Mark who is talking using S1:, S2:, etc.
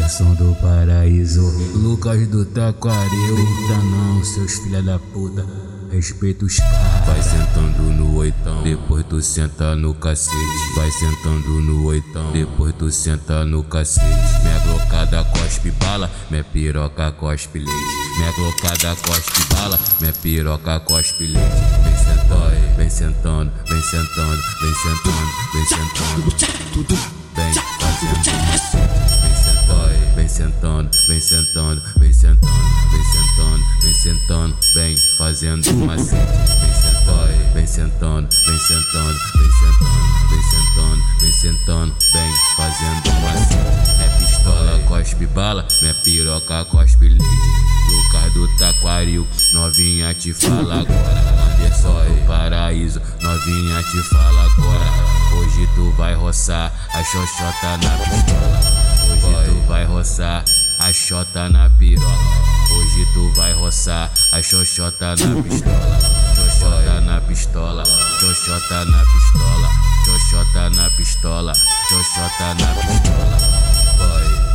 S1: Anderson do Paraíso, Lucas do Taquaril. Eita não, seus filha da puta, respeita os caras.
S2: Vai sentando no oitão, depois tu senta no cacete. Vai sentando no oitão, depois tu senta no cacete. Minha glocada cospe bala, minha piroca cospe leite. Minha glocada cospe bala, minha piroca cospe leite. Vem sentando, vem sentando, vem sentando, vem sentando, vem sentando. Vem fazendo macete. Vem sentando, vem sentando, vem sentando, vem sentando, vem sentando, vem fazendo macete. Vem sentando, vem sentando, vem sentando, vem sentando, vem sentando, vem fazendo macete. Minha pistola cospe bala, minha piroca cospe leite. Lucas do Taquaril, novinha te fala agora. Anderson do Paraíso, novinha te fala agora. Hoje tu vai roçar a xoxota na pistola. Hoje tu vai roçar a xota na piroca. Hoje tu vai roçar a xoxota na pistola. Xoxota na pistola, xoxota na pistola, xoxota na pistola, xoxota na pistola. Vai.